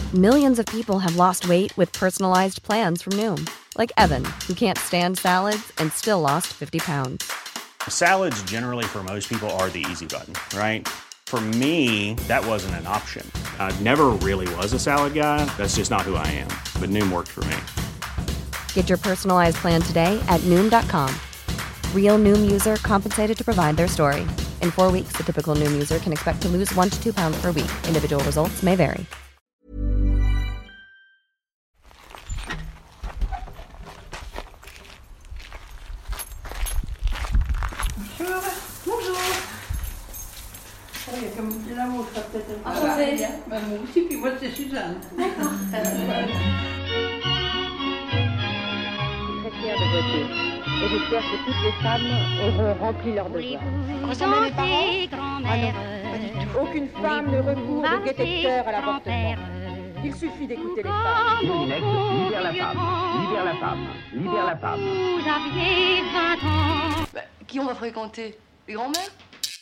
Millions of people have lost weight with personalized plans from Noom. Like Evan, who can't stand salads and still lost 50 pounds. Salads generally for most people are the easy button, right? For me, that wasn't an option. I never really was a salad guy. That's just not who I am. But Noom worked for me. Get your personalized plan today at Noom.com. Real Noom user compensated to provide their story. In 4 weeks, the typical Noom user can expect to lose 1 to 2 pounds per week. Individual results may vary. Bonjour. Il y a comme là où je serai peut-être un peu. Enchantée. Moi aussi, puis moi c'est Suzanne. D'accord. Très fière de voter. Et j'espère que toutes les femmes auront rempli leur devoir. Concernant mes parents? Ah non, pas du tout. Aucune femme ne recourt de détecteur à l'avortement. Il suffit d'écouter les femmes. Moulinex, libère la femme, libère la femme, libère la femme. Vous aviez 20 ans. Qui on va fréquenter? Les grands-mères?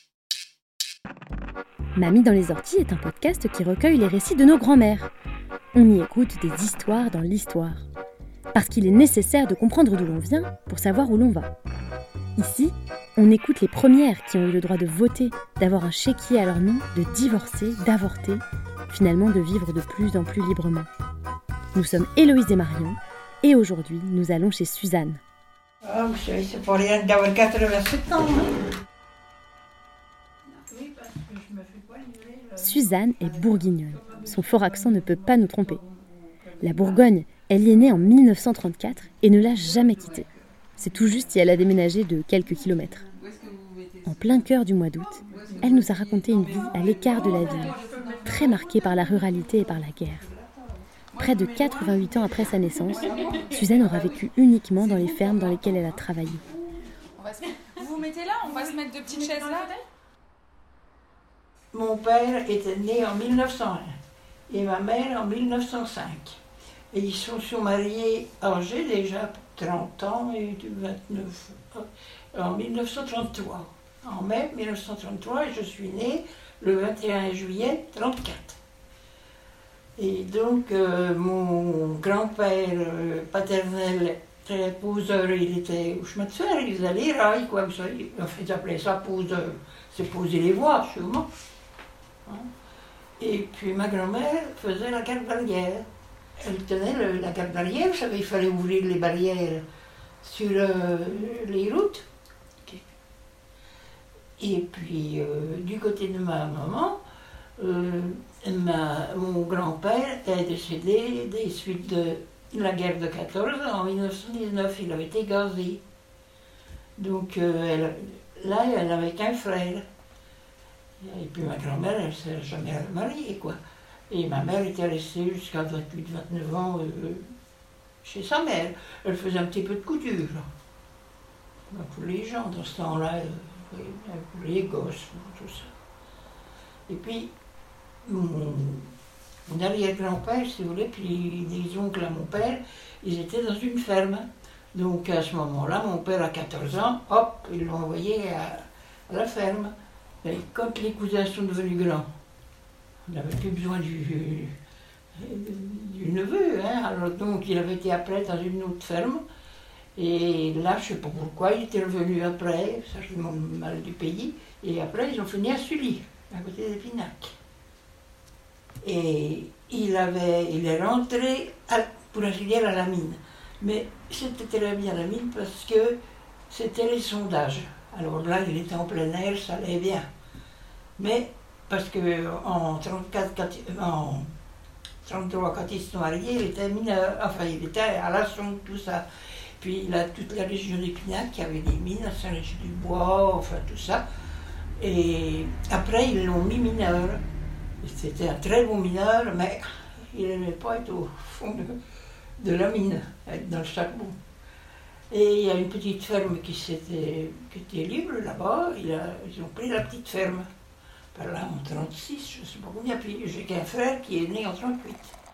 Mamie dans les orties est un podcast qui recueille les récits de nos grands-mères. On y écoute des histoires dans l'histoire. Parce qu'il est nécessaire de comprendre d'où l'on vient pour savoir où l'on va. Ici, on écoute les premières qui ont eu le droit de voter, d'avoir un chéquier à leur nom, de divorcer, d'avorter, finalement de vivre de plus en plus librement. Nous sommes Héloïse et Marion, et aujourd'hui, nous allons chez Suzanne. Ah, vous savez, c'est pas rien d'avoir 87 ans. Oui, parce que je me fais pas livrer. Suzanne est bourguignonne. Son fort accent ne peut pas nous tromper. La Bourgogne, elle y est née en 1934 et ne l'a jamais quittée. C'est tout juste si elle a déménagé de quelques kilomètres. En plein cœur du mois d'août, elle nous a raconté une vie à l'écart de la ville, très marquée par la ruralité et par la guerre. Près de 88 ans après sa naissance, Suzanne aura vécu uniquement dans les fermes dans lesquelles elle a travaillé. Vous vous mettez là, on va se mettre deux petites chaises là. Mon père était né en 1901 et ma mère en 1905. Et ils se sont mariés âgés déjà, 30 ans et 29, en 1933. En mai 1933, et je suis née le 21 juillet 1934. Et donc, mon grand-père paternel, très poseur, il était au chemin de fer, ils allaient rails, quoi, ça, ils appelaient ça poseur. C'est poser les voies, sûrement. Hein? Et puis ma grand-mère faisait la garde barrière. Elle tenait la garde barrière, vous savez, il fallait ouvrir les barrières sur les routes. Okay. Et puis, du côté de ma maman, mon grand-père est décédé des suites de la guerre de 14. En 1919, il avait été gazé. Donc elle n'avait qu'un frère. Et puis ma grand-mère, elle ne s'est jamais mariée, quoi. Et ma mère était restée jusqu'à 28-29 ans chez sa mère. Elle faisait un petit peu de couture. Pour les gens, dans ce temps-là, pour les gosses, tout ça. Et puis, mon arrière-grand-père, si vous voulez, puis les oncles à mon père, ils étaient dans une ferme. Donc à ce moment-là, mon père a 14 ans, hop, ils l'ont envoyé à la ferme. Et quand les cousins sont devenus grands, on n'avait plus besoin du neveu, hein. Alors donc il avait été après dans une autre ferme. Et là, je ne sais pas pourquoi, il était revenu après, ça je demande mal du pays. Et après, ils ont fini à Sully, à côté d'Épinac. Et il est rentré, pour ainsi dire, à la mine. Mais c'était très bien la mine parce que c'était les sondages. Alors là, il était en plein air, ça allait bien. Mais parce qu'en 1933, quand ils se sont mariés, il était mineur, enfin il était à la sonde, tout ça. Puis toute la région d'Épinac, qui avait des mines, à Saint-Léger-du-Bois, enfin tout ça. Et après, ils l'ont mis mineur. C'était un très bon mineur, mais il n'aimait pas être au fond de la mine, être dans le charbon. Et il y a une petite ferme qui était libre là-bas, ils ont pris la petite ferme. Par là, en 36, je ne sais pas combien, puis j'ai qu'un frère qui est né en 38.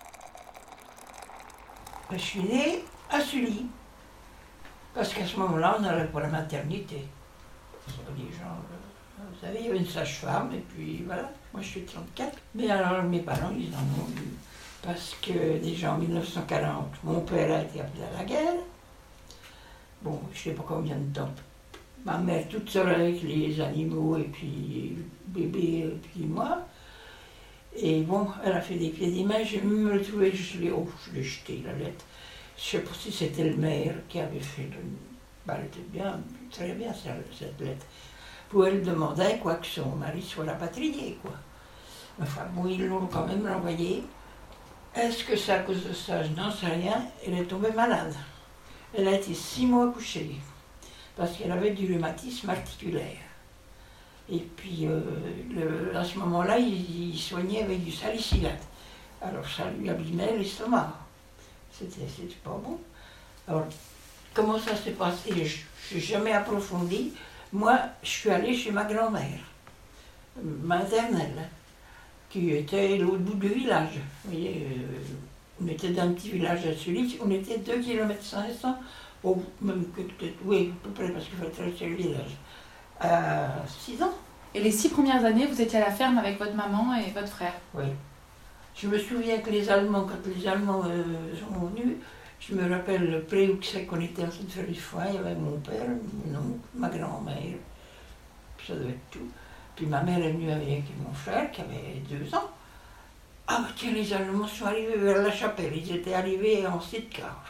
Je suis née à Sully, parce qu'à ce moment-là, on allait pour la maternité. Les gens, vous savez, il y avait une sage-femme, et puis voilà, moi je suis 34. Mais alors mes parents, ils en ont eu parce que déjà en 1940, mon père a été appelé à la guerre. Bon, je ne sais pas combien de temps. Ma mère toute seule avec les animaux et puis bébé et puis moi. Et bon, elle a fait des pieds et des mains, j'ai même retrouvé, je l'ai jeté, la lettre. Je ne sais pas si c'était le maire qui avait fait le... Ben, elle était bien, très bien cette lettre. Où elle demandait quoi que son mari soit rapatrié, quoi. Enfin bon, ils l'ont quand même renvoyée. Est-ce que c'est à cause de ça? Je n'en sais rien. Elle est tombée malade. Elle a été 6 mois couchée, parce qu'elle avait du rhumatisme articulaire. Et puis, à ce moment-là, il soignait avec du salicylate. Alors, ça lui abîmait l'estomac. C'était pas bon. Alors, comment ça s'est passé? Je n'ai jamais approfondi. Moi, je suis allée chez ma grand-mère, maternelle, qui était l'autre bout du village. Vous voyez, on était dans un petit village à Sully, on était 2 km 500, même oui, à peu près, parce qu'il fallait traverser le village. 6 ans. Et les 6 premières années, vous étiez à la ferme avec votre maman et votre frère? Oui. Je me souviens que les Allemands, quand les Allemands sont venus, je me rappelle le pré où c'est qu'on était en train de faire du foin, il y avait mon père, mon oncle, ma grand-mère, ça devait être tout. Puis ma mère est venue avec mon frère qui avait 2 ans. Ah bah tiens, les Allemands sont arrivés vers la chapelle, ils étaient arrivés en sidecar.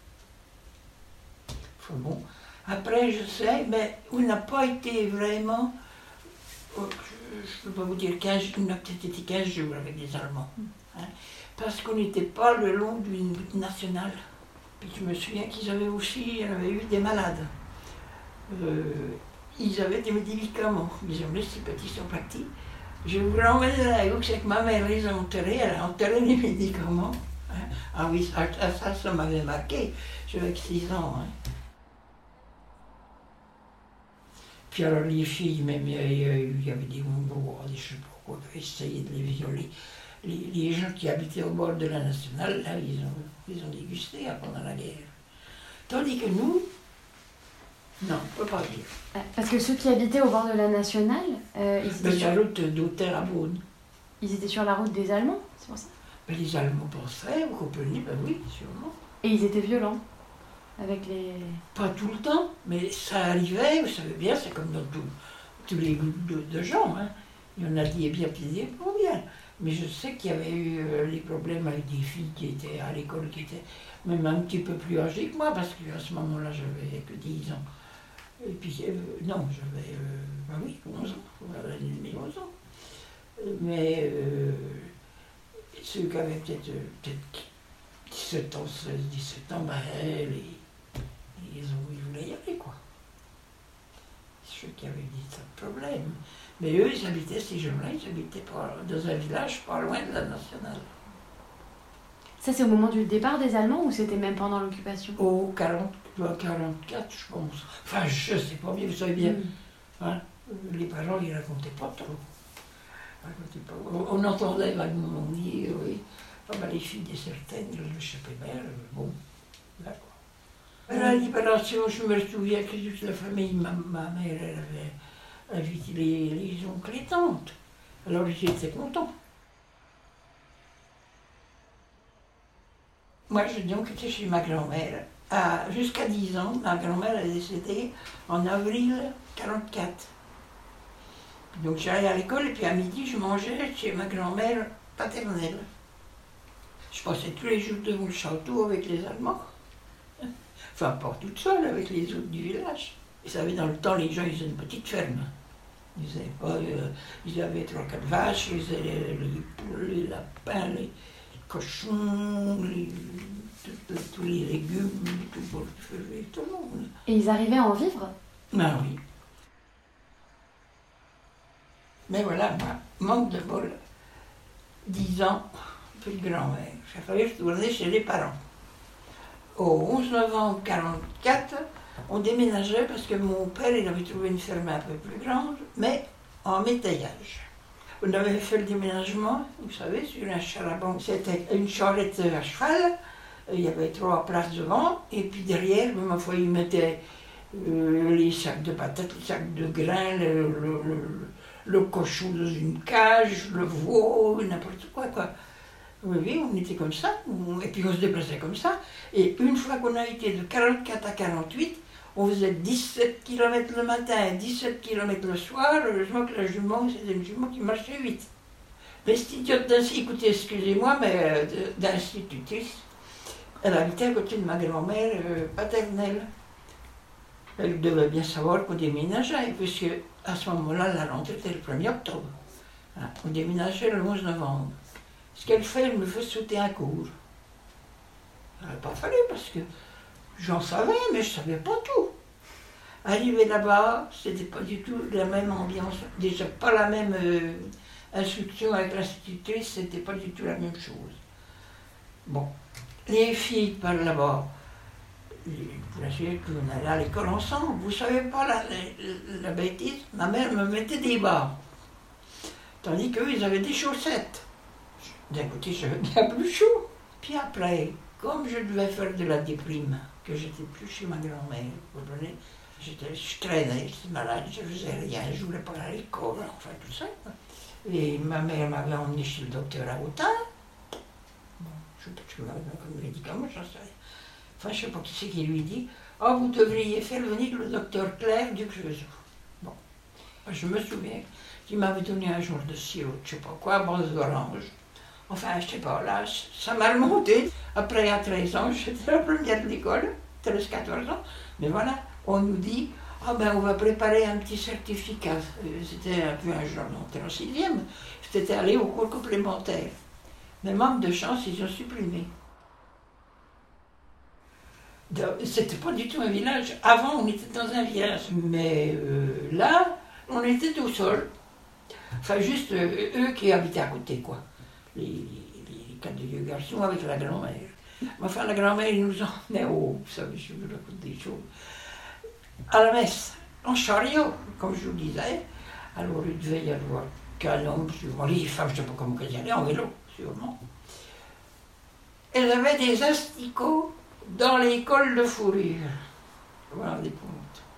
Enfin bon, après je sais, mais on n'a pas été vraiment, je ne peux pas vous dire 15, on a peut-être été 15 jours avec les Allemands. Hein, parce qu'on n'était pas le long d'une route nationale. Puis je me souviens qu'ils avaient aussi, il y en avait eu des malades. Ils avaient des médicaments, ils ont laissé petits sont partis. Je vous l'emmène à la gauche, c'est que ma mère les a enterrés, elle a enterré les médicaments. Hein. Ah oui, ça m'avait marqué, j'avais 6 ans. Hein. Puis alors les filles, même il y avait des Hongrois, des je ne sais pas quoi, qui avaient essayé de les violer. Les gens qui habitaient au bord de la nationale, là, ils ont dégusté pendant la guerre. Tandis que nous, non, on ne peut pas dire. Parce que ceux qui habitaient au bord de la nationale, ils étaient sur la route d'Autun à Beaune. Ils étaient sur la route des Allemands, c'est pour ça? Ben, les Allemands pensaient, vous comprenez, ben oui, sûrement. Et ils étaient violents avec les... Pas tout le temps, mais ça arrivait, vous savez bien, c'est comme dans tous les groupes de gens. Hein. Il y en a qui est bien, puis des pas bien. Mais je sais qu'il y avait eu des problèmes avec des filles qui étaient à l'école, qui étaient même un petit peu plus âgées que moi, parce qu'à ce moment-là, j'avais que 10 ans. Et puis, non, j'avais, ben oui, 11 ans, j'avais 11 ans. Mais ceux qui avaient peut-être 17 ans, 16, 17 ans, ben, ils voulaient y aller, quoi. Ceux qui avaient dit ça de problème. Mais eux, ils habitaient, ces gens-là, ils habitaient dans un village pas loin de la nationale. Ça, c'est au moment du départ des Allemands ou c'était même pendant l'occupation? Au 44, je pense. Enfin, je ne sais pas bien, vous savez bien. Hein, les parents, ils ne racontaient pas trop. On entendait vaguement dire, oui, ah, ben, les filles de certaines, le chapémère, bon, d'accord. À la libération, je me souviens que toute la famille, ma mère, elle avait invité les oncles et tantes. Alors j'étais content. Moi, j'ai donc été chez ma grand-mère. Jusqu'à 10 ans, ma grand-mère est décédée en avril 1944. Donc j'allais à l'école et puis à midi, je mangeais chez ma grand-mère paternelle. Je passais tous les jours devant le château avec les Allemands. Enfin, pas toute seule, avec les autres du village. Vous savez, dans le temps, les gens, ils avaient une petite ferme. Ils avaient 3-4 vaches, ils avaient les poules, les lapins, les cochons, tous les légumes, tout pour tout le monde. Et ils arrivaient à en vivre? Ah oui. Mais voilà, moi, manque de bol, 10 ans, plus de grand-mère. Il fallait retourner chez les parents. Au 11 novembre 1944, on déménageait parce que mon père il avait trouvé une ferme un peu plus grande, mais en métayage. On avait fait le déménagement, vous savez, sur un char-à-banc. C'était une charrette à cheval, il y avait 3 places devant, et puis derrière, ma foi, ils mettaient les sacs de patates, les sacs de grains, le cochon dans une cage, le veau, n'importe quoi, quoi. Oui, on était comme ça, et puis on se déplaçait comme ça. Et une fois qu'on a été de 44 à 48, on faisait 17 km le matin et 17 km le soir. Heureusement que la jument, c'était une jument qui marchait vite. L'institutrice d'institutrice, écoutez, excusez-moi, mais d'institutrice, elle habitait à côté de ma grand-mère paternelle. Elle devait bien savoir qu'on déménageait, puisque à ce moment-là, la rentrée était le 1er octobre. Hein, on déménageait le 11 novembre. Ce qu'elle fait, elle me fait sauter un cours. Il n'aurait pas fallu, parce que j'en savais, mais je ne savais pas tout. Arrivé là-bas, c'était pas du tout la même ambiance, déjà pas la même instruction avec l'institutrice, c'était pas du tout la même chose. Bon, les filles par là-bas, vous assurez qu'on allait à l'école ensemble, vous savez pas la bêtise, ma mère me mettait des bas, tandis qu'eux, ils avaient des chaussettes. D'un côté, j'avais bien plus chaud. Puis après, comme je devais faire de la déprime, que j'étais plus chez ma grand-mère, vous comprenez, je traînais, j'étais malade, je faisais rien, je voulais pas aller à l'école, enfin tout ça. Et ma mère m'avait emmené chez le docteur à Autun. Bon, je ne sais pas ce qu'il m'avait donné comme médicament, j'en sais rien. Enfin, je ne sais pas qui c'est qui lui dit « Ah, vous devriez faire venir le docteur Claire du Creusot. » Bon, je me souviens qu'il m'avait donné un jour de sirop, je ne sais pas quoi, base d'orange. Enfin, je ne sais pas, là, ça m'a remonté. Après, à 13 ans, j'étais la première de l'école, 13-14 ans. Mais voilà, on nous dit « Ah ben, on va préparer un petit certificat. » C'était un peu un genre d'entrée en 6e. C'était aller au cours complémentaire. Mais manque de chance, ils ont supprimé. C'était pas du tout un village. Avant, on était dans un village. Mais là, on était tout seul. Enfin, juste eux qui habitaient à côté, quoi. Les 4 vieux garçons avec la grand-mère. Enfin, la grand-mère, ils nous emmenait vous savez, je vous raconte des choses, à la messe, en chariot, comme je vous disais. Alors, il devait y avoir qu'un homme, sûrement, les femmes, je ne sais pas comment ils allaient, en vélo, sûrement. Elles avaient des asticots dans les cols de fourrure. Voilà des comptes.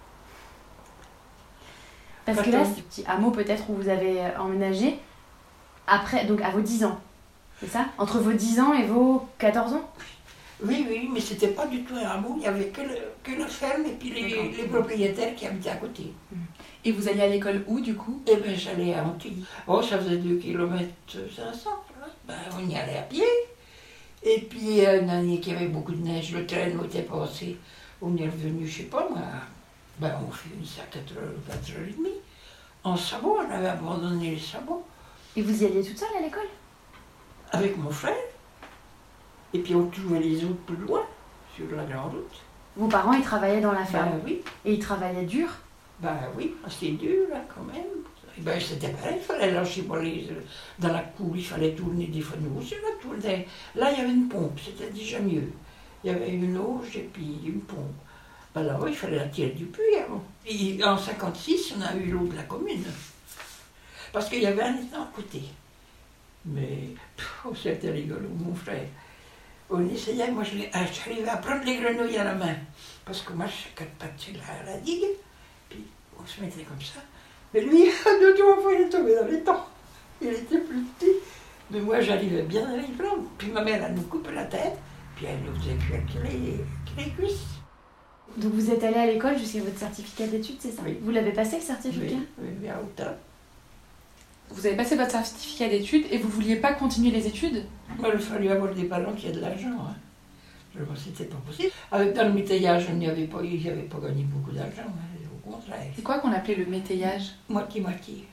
Parce que là, c'est un petit hameau peut-être où vous avez emménagé, après, donc à vos 10 ans, c'est ça? Entre vos 10 ans et vos 14 ans? Oui, mais c'était pas du tout un hameau, il n'y avait que la ferme et puis les propriétaires qui habitaient à côté. Et vous alliez à l'école où, du coup? Eh bien, j'allais à Antilles. Oh, ça faisait 2 km 500, ben, on y allait à pied. Et puis, une année qu'il y avait beaucoup de neige, le traîneau était passé, on est revenu, je sais pas moi, ben, on finissait à 4h30. En sabot, on avait abandonné les sabots. Et vous y alliez toute seule à l'école? Avec mon frère. Et puis on trouvait les autres plus loin, sur la grande route. Vos parents, ils travaillaient dans la ferme? Ben oui. Et ils travaillaient dur? Ben oui, assez dur, là, quand même. Ben c'était pareil, il fallait lâcher dans la cour, il fallait tourner des fanaux. Là, il y avait une pompe, c'était déjà mieux. Il y avait une auge et puis une pompe. Ben là, il fallait la tirer du puits avant. Et en 1956, on a eu l'eau de la commune. Parce qu'il y avait un étang à côté. Mais c'était rigolo, mon frère. On essayait, moi j'arrivais à prendre les grenouilles à la main. Parce que moi, je suis 4 pattes sur la digue, puis on se mettait comme ça. Mais lui, de 2 fois, il est tombé dans l'étang. Il était plus petit. Mais moi, j'arrivais bien à les prendre. Puis ma mère, elle nous coupe la tête, puis elle nous faisait cuire les cuisses. Donc vous êtes allé à l'école jusqu'à votre certificat d'études, c'est ça? Oui. Vous l'avez passé, le certificat? Oui, à Autun. Vous avez passé votre certificat d'études et vous vouliez pas continuer les études? Moi, il fallait avoir des parents qui aient de l'argent. Hein. Je vois que c'était pas possible. Dans le métayage, il n'y avait pas gagné beaucoup d'argent, hein, au contraire. C'est quoi qu'on appelait le métayage? Moitié-moitié.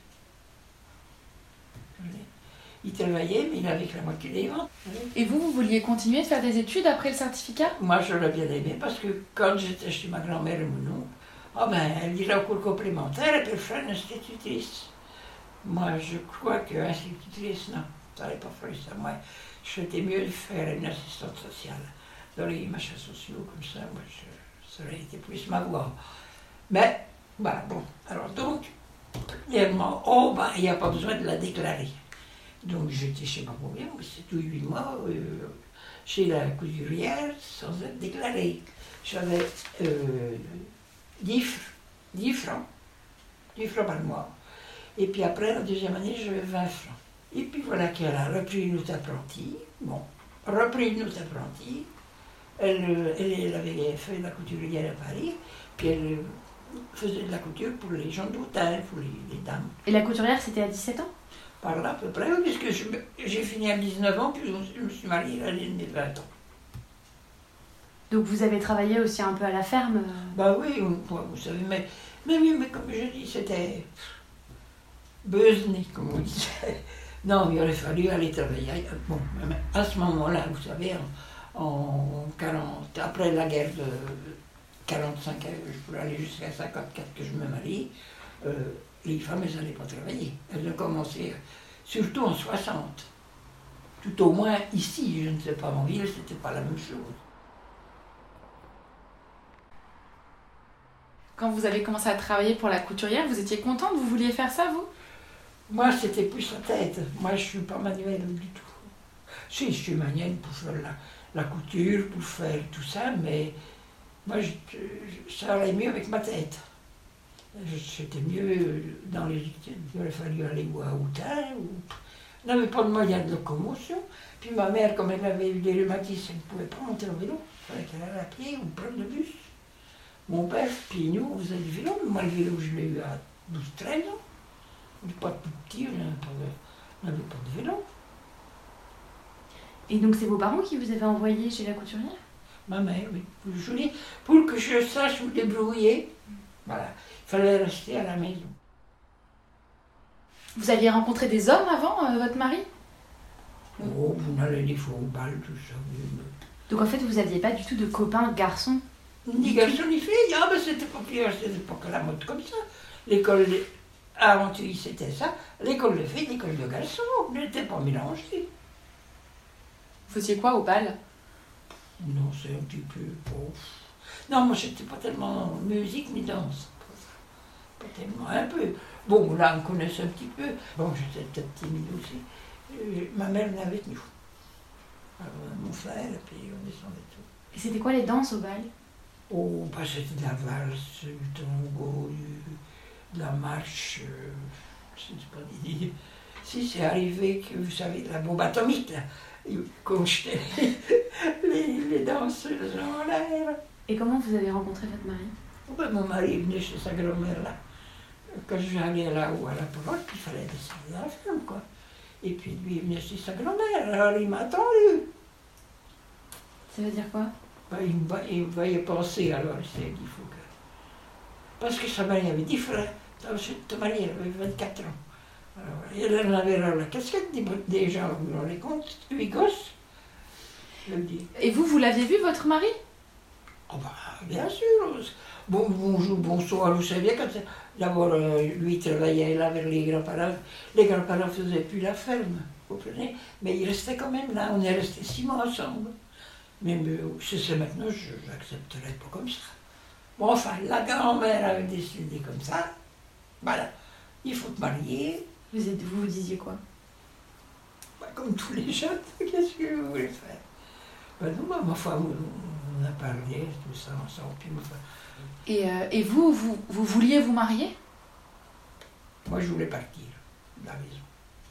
Il travaillait, mais il avait que la moitié des ventes. Et vous vouliez continuer de faire des études après le certificat? Moi, je l'ai bien aimé parce que quand j'étais chez ma grand-mère et mon oncle, elle irait au cours complémentaire et puis elle ferait une institutrice. Moi, je crois qu'institutrice, non, ça n'aurait pas fallu ça. Moi, je souhaitais mieux faire une assistante sociale. Dans les machins sociaux, comme ça, moi, ça aurait été plus ma voie. Mais, voilà, bon. Alors donc, premièrement, il n'y a pas besoin de la déclarer. Donc, j'étais chez ma grand-mère, c'est tout 8 mois, chez la couturière, sans être déclarée. J'avais 10 francs par mois. Et puis après, la deuxième année, j'avais 20 francs. Et puis voilà qu'elle a repris une autre apprentie, Bon, repris nos apprentis. Elle avait fait de la couturière à Paris, puis elle faisait de la couture pour les gens d'hôtel, pour les dames. Et la couturière, c'était à 17 ans? Par là, à peu près, oui, puisque j'ai fini à 19 ans, puis je me suis mariée à l'année de mes 20 ans. Donc vous avez travaillé aussi un peu à la ferme? Bah oui, vous savez, mais oui, mais comme je dis, c'était besoné, comme on disait. Non, il aurait fallu aller travailler. Bon, à ce moment-là, vous savez, en 40, après la guerre de 45, je pourrais aller jusqu'à 54 que je me marie, les femmes, elles n'allaient pas travailler. Elles ont commencé, surtout en 60. Tout au moins ici, je ne sais pas, en ville, c'était pas la même chose. Quand vous avez commencé à travailler pour la couturière, vous étiez contente? Vous vouliez faire ça, vous? Moi, c'était plus la tête. Moi, je ne suis pas manuelle du tout. Si, je suis manuelle pour faire la couture, pour faire tout ça, mais moi, ça allait mieux avec ma tête. C'était mieux dans les... Il aurait fallu aller à Autun, on n'avait pas de moyens de locomotion. Puis ma mère, comme elle avait eu des rhumatismes, elle ne pouvait pas monter en vélo. Il fallait qu'elle aille à pied ou prendre le bus. Mon père, puis nous, on faisait du vélo. Moi, le vélo, je l'ai eu à 12-13 ans. On n'était pas tout petit, on n'avait pas de vélo. Et donc c'est vos parents qui vous avaient envoyé chez la couturière? Ma mère, oui. Pour que je sache me débrouiller, voilà, il fallait rester à la maison. Vous aviez rencontré des hommes avant votre mari? Oh, on allait des fois au bal, tout ça. Donc en fait, vous n'aviez pas du tout de copains garçons? Ni garçons ni filles, ah ben c'était pas pire, c'était pas que la mode comme ça. L'école, avant c'était ça, l'école de filles, l'école de garçons, on n'était pas mélangés. Vous faisiez quoi au bal? Non, c'est un petit peu pauvre. Non, moi j'étais pas tellement musique ni danse. Pas tellement, un peu. Bon, là on connaissait un petit peu. Bon, j'étais peut-être timide aussi. Ma mère venait avec nous. Alors, mon frère, et puis on descendait tout. Et c'était quoi les danses au bal? Oh, bah c'était de la valse, du tango, de la marche, je ne sais pas dire. Si c'est arrivé que, vous savez, de la bombe atomique, là, qu'on jetait les danseuses en l'air. Et comment vous avez rencontré votre mari? Oh, ben, mon mari venait chez sa grand-mère, là. Quand j'allais là-haut à la porte, il fallait descendre dans la ferme, quoi. Et puis lui, il venait chez sa grand-mère, alors il m'a attendu. Ça veut dire quoi? Il me voyait penser, alors il s'est dit, il faut que... Parce que sa mari avait 10 frères, ta mari, elle avait 24 ans. Alors, elle en avait la casquette des gens, on les compte, 8 gosses, je le dis. Et vous l'aviez vu, votre mari? Oh bah, bien sûr. Bonjour, bonsoir, vous savez, quand d'abord, lui, il travaillait là avec les grands-parents. Les grands-parents ne faisaient plus la ferme, vous comprenez? Mais il restait quand même là, on est restés 6 mois ensemble. Mais si c'est maintenant, je n'accepterai pas comme ça. Bon, enfin, la grand-mère avait décidé comme ça. Voilà, il faut te marier. Vous disiez quoi? Bah, comme tous les jeunes, qu'est-ce que vous voulez faire? Ben non, ma foi, on a parlé, tout ça ensemble. Puis, Et vous vouliez vous marier? Moi, je voulais partir de la maison.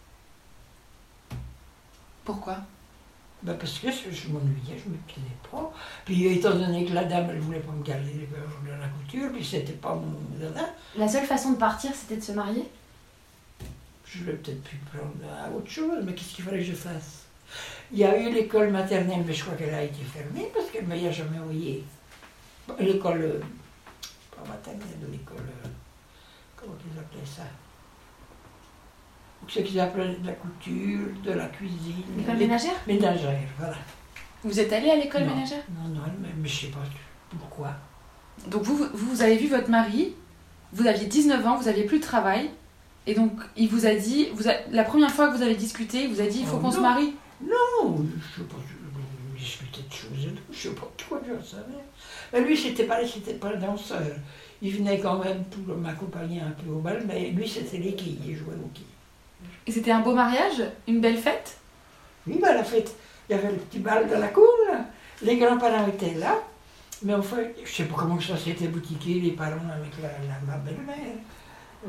Pourquoi? Ben parce que je m'ennuyais, je ne me plaisais pas. Puis étant donné que la dame, elle ne voulait pas me garder les beurres de la couture, puis c'était pas mon dada. La seule façon de partir, c'était de se marier? Je l'aurais peut-être pu prendre à autre chose, mais qu'est-ce qu'il fallait que je fasse? Il y a eu l'école maternelle, mais je crois qu'elle a été fermée parce qu'elle ne m'y a jamais envoyé. L'école, pas maternelle, de l'école, comment ils appelaient ça? C'est qu'ils appelaient de la couture, de la cuisine. L'école ménagère? Ménagère, voilà. Vous êtes allé à l'école ménagère? Non, mais je ne sais pas pourquoi. Donc vous avez vu votre mari, vous aviez 19 ans, vous n'aviez plus de travail, et donc il vous a dit, la première fois que vous avez discuté, il vous a dit il faut qu'on se marie? Non, je ne sais pas, je discutais de choses et tout, je ne sais pas trop, je savais. Mais lui, c'était pas un danseur. Il venait quand même pour m'accompagner un peu au bal, mais lui, c'était les quilles, il jouait aux quilles. Et c'était un beau mariage? Une belle fête? Oui, ben la fête, il y avait le petit bal de la cour, là. Les grands-parents étaient là, mais enfin, je ne sais pas comment ça s'était boutiqué, les parents avec ma belle-mère.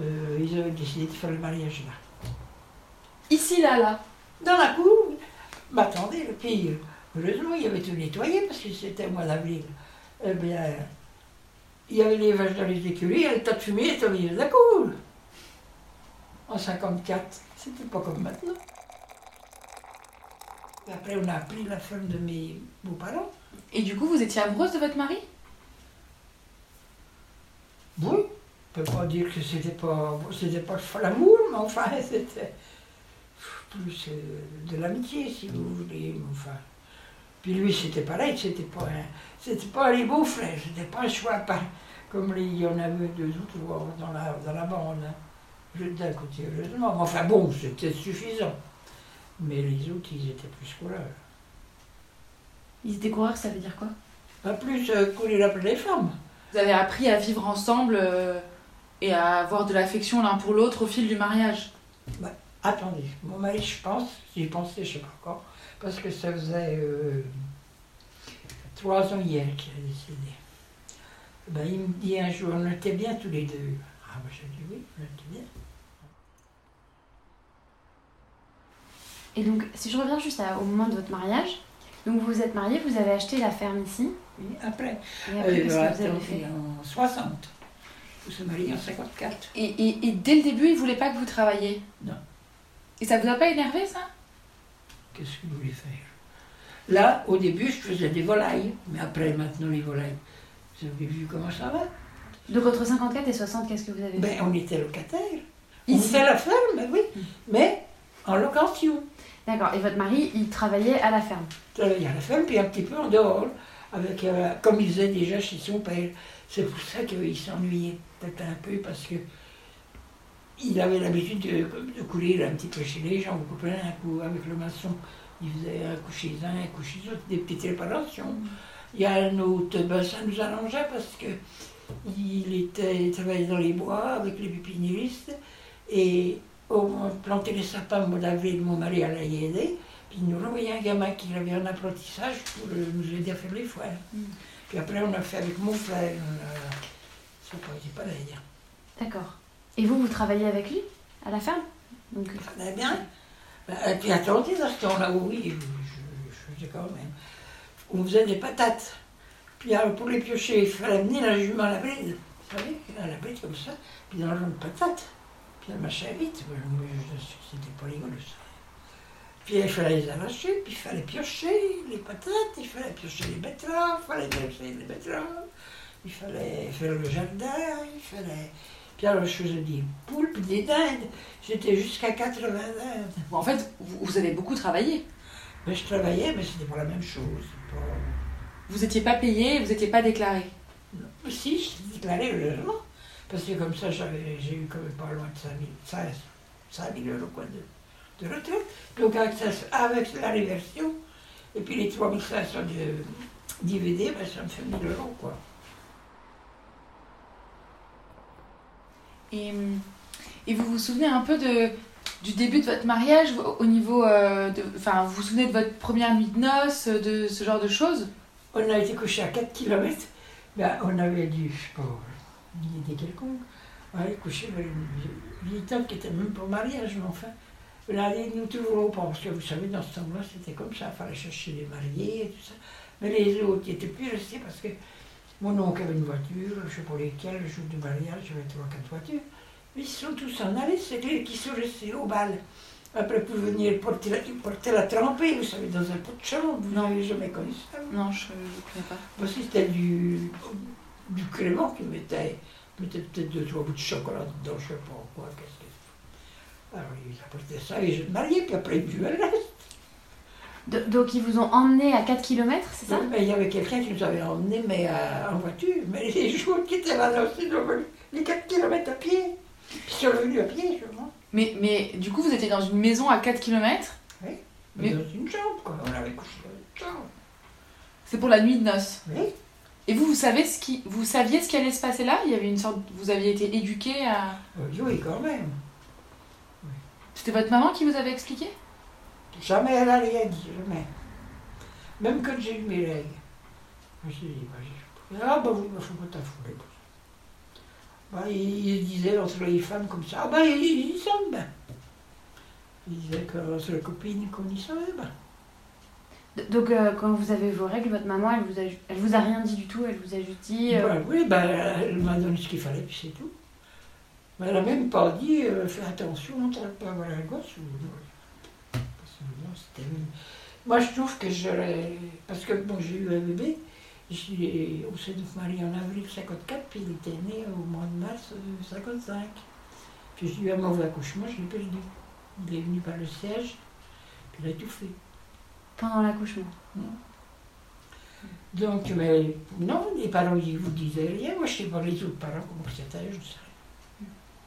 Ils avaient décidé de faire le mariage là. Ici, là? Dans la cour, Mais attendez, le pire, heureusement, il y avait tout nettoyé parce que c'était au mois d'avril. Eh bien, il y avait les vaches dans les écuries, et le tas de fumée était au milieu de la cour. En 54, c'était pas comme maintenant. Et après, on a appris la ferme de mes beaux-parents. Et du coup, vous étiez amoureuse de votre mari? Oui, on ne peut pas dire que c'était pas l'amour, mais enfin, c'était plus de l'amitié, si vous voulez. Enfin. Puis lui, c'était pareil, c'était pas les beaux-frères, c'était pas un choix comme il y en avait 2 ou 3 dans la bande. Hein. D'un côté, heureusement. Enfin bon, c'était suffisant. Mais les autres, ils étaient plus coureurs. Ils étaient coureurs, ça veut dire quoi? Pas plus courir après les femmes. Vous avez appris à vivre ensemble et à avoir de l'affection l'un pour l'autre au fil du mariage? Bah, attendez, mon mari, je pense, j'y pensais, je sais pas encore, parce que ça faisait 3 ans hier qu'il a décédé. Ben, il me dit un jour, on était bien tous les 2. Ah, ben, je dis oui, on était bien. Et donc, si je reviens juste au moment de votre mariage, donc vous vous êtes mariés, vous avez acheté la ferme ici. Oui, après. Et après, qu'est-ce que vous avez fait? En 60. On s'est mariés en 54. Et dès le début, il voulait pas que vous travailliez? Non. Et ça vous a pas énervé, ça? Qu'est-ce que vous voulez faire? Là, au début, je faisais des volailles. Mais après, maintenant, les volailles, vous avez vu comment ça va? Donc entre 54 et 60, qu'est-ce que vous avez fait? Ben, on était locataires. Ici? On faisait la ferme, ben oui. Mais en location. D'accord. Et votre mari, il travaillait à la ferme? Il travaillait à la ferme, puis un petit peu en dehors. Avec, comme il faisait déjà chez son père. C'est pour ça qu'il s'ennuyait peut-être un peu, parce que il avait l'habitude de courir un petit peu chez les gens. Vous comprenez, un coup avec le maçon, il faisait un coup chez un coup chez l'autre, des petites réparations. Il y a un autre, ben, ça nous arrangeait parce que il travaillait dans les bois avec les pépiniéristes, et on plantait les sapins au mois d'avril, mon mari allait y aider, puis il nous envoyait un gamin qui avait un apprentissage pour nous aider à faire les foires. Puis après, on a fait avec mon frère. Ça n'a pas été pareil. D'accord. Et vous travaillez avec lui, à la ferme? Donc... Ça allait bien. Et puis attendez, dans ce temps-là, oui, je faisais quand même. On faisait des patates. Puis alors, pour les piocher, il fallait amener la jument à la bride. Vous savez, à la bride comme ça. Puis dans le jaune de patates. Puis elle marchait vite. C'était pas rigolo, ça. Puis il fallait les arracher, puis il fallait piocher les patates, il fallait piocher les betteraves, il fallait piocher les betteraves, il fallait faire le jardin, il fallait... Puis alors je faisais des poules, puis des dindes. J'étais jusqu'à 80 dindes. Bon, en fait, vous avez beaucoup travaillé. Mais je travaillais, mais c'était pas la même chose. Pas... Vous n'étiez pas payé, vous n'étiez pas déclaré? Non. Si, je déclarais heureusement. Parce que comme ça, j'ai eu quand même pas loin de 5 000 euros quoi, de retraite. Donc avec la réversion, et puis les 3 500 d'IVD, ben, ça me fait 1 000 euros, quoi. Et vous vous souvenez un peu du début de votre mariage, au niveau enfin, vous vous souvenez de votre première nuit de noces, de ce genre de choses? On a été couché à 4 km, ben, on avait dû, je sais pas, une idée quelconque, on allait coucher vers une vieille tante qui était même pas mariage, mais enfin, on allait nous trouverons pas, parce que vous savez, dans ce temps-là, c'était comme ça, il fallait chercher les mariés et tout ça. Mais les autres, ils n'étaient plus restés parce que mon oncle avait une voiture, je ne sais pas lesquelles, le jour du mariage, j'avais 3 ou 4 voitures. Mais ils sont tous en allés, c'est eux qui sont restés au bal. Après, pour venir porter la trempée, vous savez, dans un pot de chambre, vous n'avez jamais connu ça? Non, je ne connais pas. Parce que c'était du crément qui mettait peut-être 2-3 bouts de chocolat dedans, je ne sais pas quoi, qu'est-ce que c'est. Alors, ils apportaient ça et je me mariais, puis après, ils buvaient le reste. Donc, ils vous ont emmené à 4 km, c'est ça? Oui, mais il y avait quelqu'un qui nous avait emmenés, mais en voiture. Mais les jours qui étaient là aussi, ils ont venu les 4 km à pied. Puis ils sont revenus à pied, je crois. Mais du coup, vous étiez dans une maison à 4 km? Oui, mais dans une chambre, quoi. On avait couché dans une chambre. C'est pour la nuit de noces? Oui. Et vous saviez ce qui allait se passer là? Il y avait une sorte... Vous aviez été éduqué à... Oui, quand même. Oui. C'était votre maman qui vous avait expliqué? Jamais elle n'a rien dit, jamais. Même quand j'ai eu mes règles. Je me suis dit, ah bah oui, il ne faut pas t'affouler. Bah, il disait entre les femmes comme ça, ah bah ils sont bien. Il disait qu'entre les copines qu'on y savait bien. Donc quand vous avez vos règles, votre maman, elle vous a rien dit du tout, elle vous a juste dit... Oui, elle m'a donné ce qu'il fallait, puis c'est tout. Mais elle n'a même pas dit fais attention, on ne traite pas avoir un gosse. Moi, je trouve que j'aurais. Parce que bon, j'ai eu un bébé, au sein de Marie en avril 54, puis il était né au mois de mars 55. Puis j'ai eu un mauvais accouchement, je l'ai perdu. Il est venu par le siège, puis il a tout fait. Pendant l'accouchement. Donc, mais non, les parents, ils vous disaient rien. Moi, je ne sais pas les autres parents, comment c'était, je ne sais rien.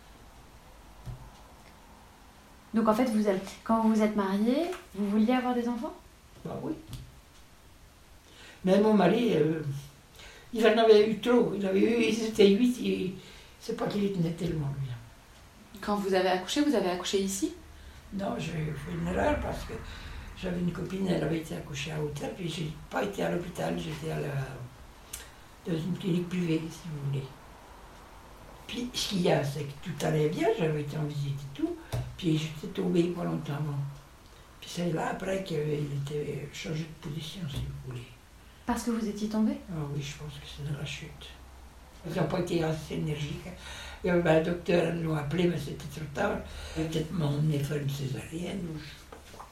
Donc en fait, quand vous vous êtes mariés, vous vouliez avoir des enfants? Bah oui. Mais mon mari, il en avait eu trop. Ils étaient 8, et c'est pas qu'il y tenait tellement, lui. Quand vous avez accouché ici? Non, j'ai fait une erreur parce que j'avais une copine, elle avait été accouchée à Haute, puis j'ai pas été à l'hôpital, j'étais dans une clinique privée, si vous voulez. Puis ce qu'il y a, c'est que tout allait bien, j'avais été en visite et tout, puis j'étais tombée pas longtemps avant. Puis c'est là après qu'il était changé de position, si vous voulez. Parce que vous étiez tombée? Ah oui, je pense que c'est de la chute. Ils n'ont pas été assez énergiques. Il y avait un docteur, ils l'ont appelé, mais c'était trop tard. Peut-être m'emmener faire une césarienne ou je sais pas quoi.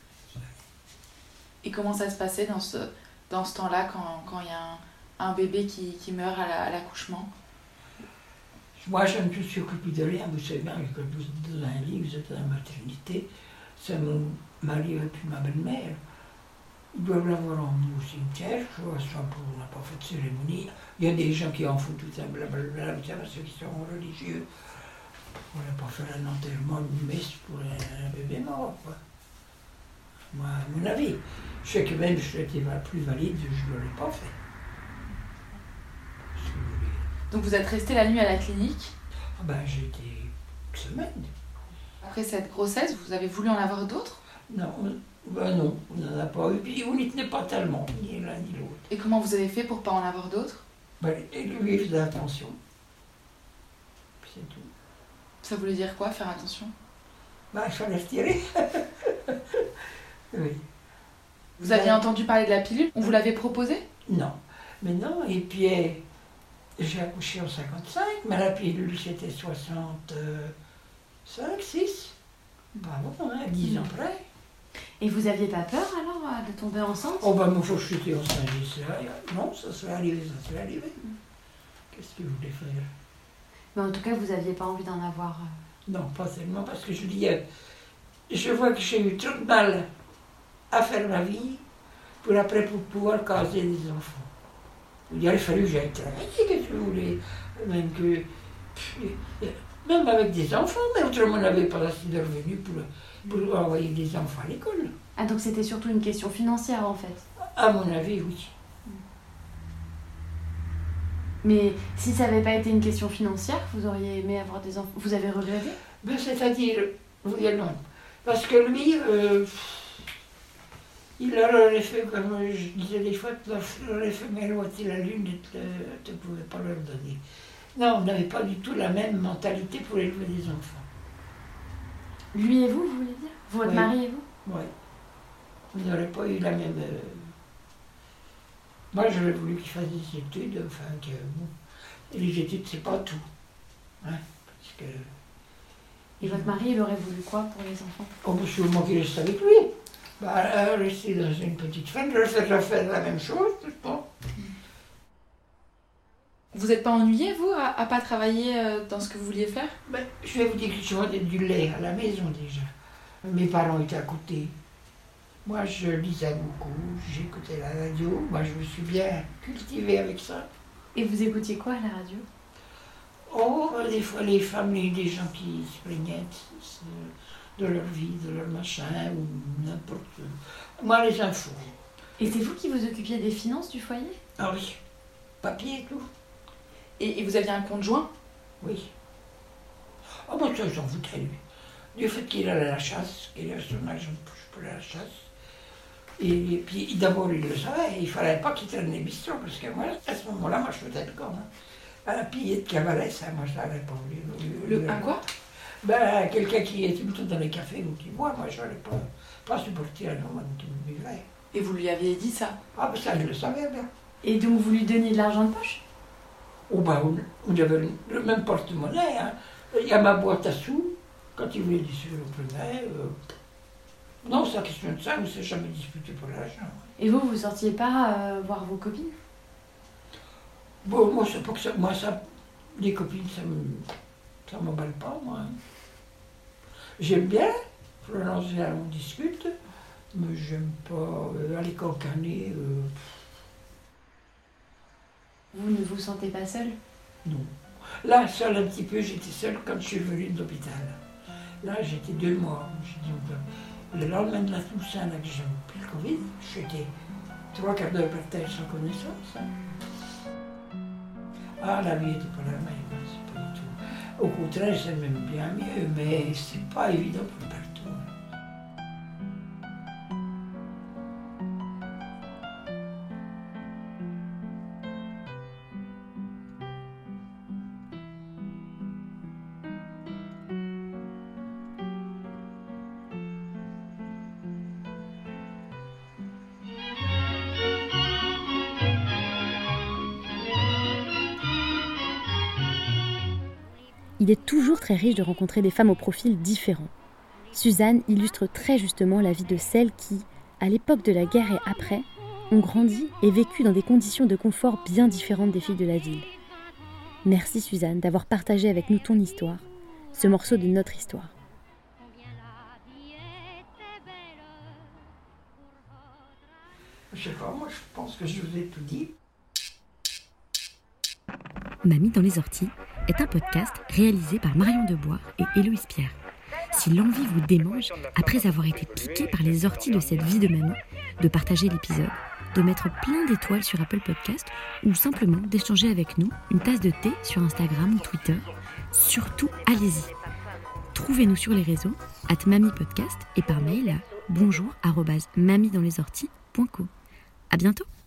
Et comment ça se passait dans ce temps-là, quand il y a un bébé qui meurt à l'accouchement? Moi, je ne me suis occupée de rien. Vous savez bien que vous êtes dans un lit, vous êtes dans la maternité. C'est mon mari et puis ma belle-mère. Ils doivent l'avoir emmené au cimetière, soit pour on n'a pas fait de cérémonie. Il y a des gens qui en font tout ça, blablabla, ceux qui sont religieux. On n'a pas fait un enterrement, une messe pour un bébé mort, quoi. Moi, à mon avis, je sais que même si j'étais plus valide, je ne l'aurais pas fait. Donc vous êtes resté la nuit à la clinique? Ah ben, j'ai été une semaine. Après cette grossesse, vous avez voulu en avoir d'autres? Non, non, on n'en a pas eu. Puis on n'y tenait pas tellement, ni l'un ni l'autre. Et comment vous avez fait pour ne pas en avoir d'autres? Ben, lui, il faisait attention. Puis c'est tout. Ça voulait dire quoi, faire attention? Ben, il fallait se tirer. Oui. Vous aviez entendu parler de la pilule? On vous l'avait proposée? Non. Mais non, et puis j'ai accouché en 55, mais la pilule c'était 65, 6. Bravo, hein, 10 ans près. Et vous aviez pas peur alors de tomber enceinte? Oh ben moi, faut que j'étais enceinte, non, ça serait arrivé, Qu'est-ce que vous voulez faire? Mais en tout cas, vous n'aviez pas envie d'en avoir... Non, pas tellement, parce que je dis, je vois que j'ai eu trop de mal à faire ma vie pour après pour pouvoir caser des enfants. Il aurait fallu que j'aille travailler, qu'est-ce que vous voulez? Même avec des enfants, mais autrement on n'avait pas assez de revenus pour envoyer des enfants à l'école. Ah, donc c'était surtout une question financière en fait? À mon avis, oui. Mais si ça n'avait pas été une question financière, vous auriez aimé avoir des enfants? Vous avez regretté? Ben, c'est-à-dire, oui et non. Parce que lui, il leur aurait fait, comme je disais des fois, il leur aurait fait miroiter la lune et tu ne pouvais pas leur donner. Non, on n'avait pas du tout la même mentalité pour élever des enfants. Lui et vous voulez dire? Votre mari et vous? Oui. On n'aurait pas eu la même... Moi, j'aurais voulu qu'il fasse des études, enfin que... Bon, et les études, c'est pas tout. Hein, parce que... Et votre mari, il aurait voulu quoi pour les enfants? Oh, mais sûrement qu'il reste avec lui. Bah, rester dans une petite ferme, refaire la même chose, je pense. Vous n'êtes pas ennuyé, vous, à pas travailler dans ce que vous vouliez faire? Ben, je vais vous dire que je vendais du lait à la maison déjà. Mes parents étaient à côté. Moi, je lisais beaucoup, j'écoutais la radio. Moi, je me suis bien cultivée avec ça. Et vous écoutiez quoi à la radio? Oh, des fois, les femmes, des gens qui se plaignaient de leur vie, de leur machin, ou n'importe quoi. Moi, les infos. Et c'est vous qui vous occupiez des finances du foyer? Ah oui, papier et tout. Et vous aviez un conjoint? Oui. Oh, moi, ça, j'en foutais, lui. Du fait qu'il allait à la chasse, qu'il avait son argent pour aller à la chasse. Et puis, d'abord, il le savait, il ne fallait pas qu'il traîne les bistrots, parce que moi, à ce moment-là, moi, je faisais le con. Hein. À la pillée de cavalet, ça, moi, je n'allais pas. À quoi? Ben, quelqu'un qui était plutôt dans les cafés ou qui boit, moi, je n'allais pas supporter un homme qui me buvait. Et vous lui aviez dit ça? Ah, ben ça, je le savais bien. Et donc, vous lui donniez de l'argent de poche? Oh, ben, on avait le même porte-monnaie. Hein. Il y a ma boîte à sous. Quand il voulait des sous, on prenait. Non, c'est la question de ça, on ne s'est jamais disputé pour l'argent. Et vous sortiez pas voir vos copines? Bon, moi, c'est pas que ça. Moi, ça. Les copines, ça m'emballe pas, moi. Hein. J'aime bien. Florence, on discute. Mais j'aime pas aller cancaner. Vous ne vous sentez pas seule? Non. Là, seule un petit peu, j'étais seule quand je suis venue de l'hôpital. Là, j'étais 2 mois. Le lendemain de la Toussaint, là, que j'ai pris le Covid, j'étais 3 quarts d'heure par terre sans connaissance. Hein. Ah, la vie n'était pas la même, hein, c'est pas du tout. Au contraire, c'est même bien mieux, mais c'est pas évident pour partout. Il est toujours très riche de rencontrer des femmes au profil différent. Suzanne illustre très justement la vie de celles qui, à l'époque de la guerre et après, ont grandi et vécu dans des conditions de confort bien différentes des filles de la ville. Merci Suzanne d'avoir partagé avec nous ton histoire, ce morceau de notre histoire. Je sais pas, moi je pense que je vous ai tout dit. Mamie dans les orties est un podcast réalisé par Marion Debois et Héloïse Pierre. Si l'envie vous démange, après avoir été piqué par les orties de cette vie de mamie, de partager l'épisode, de mettre plein d'étoiles sur Apple Podcast ou simplement d'échanger avec nous une tasse de thé sur Instagram ou Twitter, surtout allez-y. Trouvez-nous sur les réseaux @mamipodcast et par mail à bonjour@mamiedanslorties.co. À bientôt.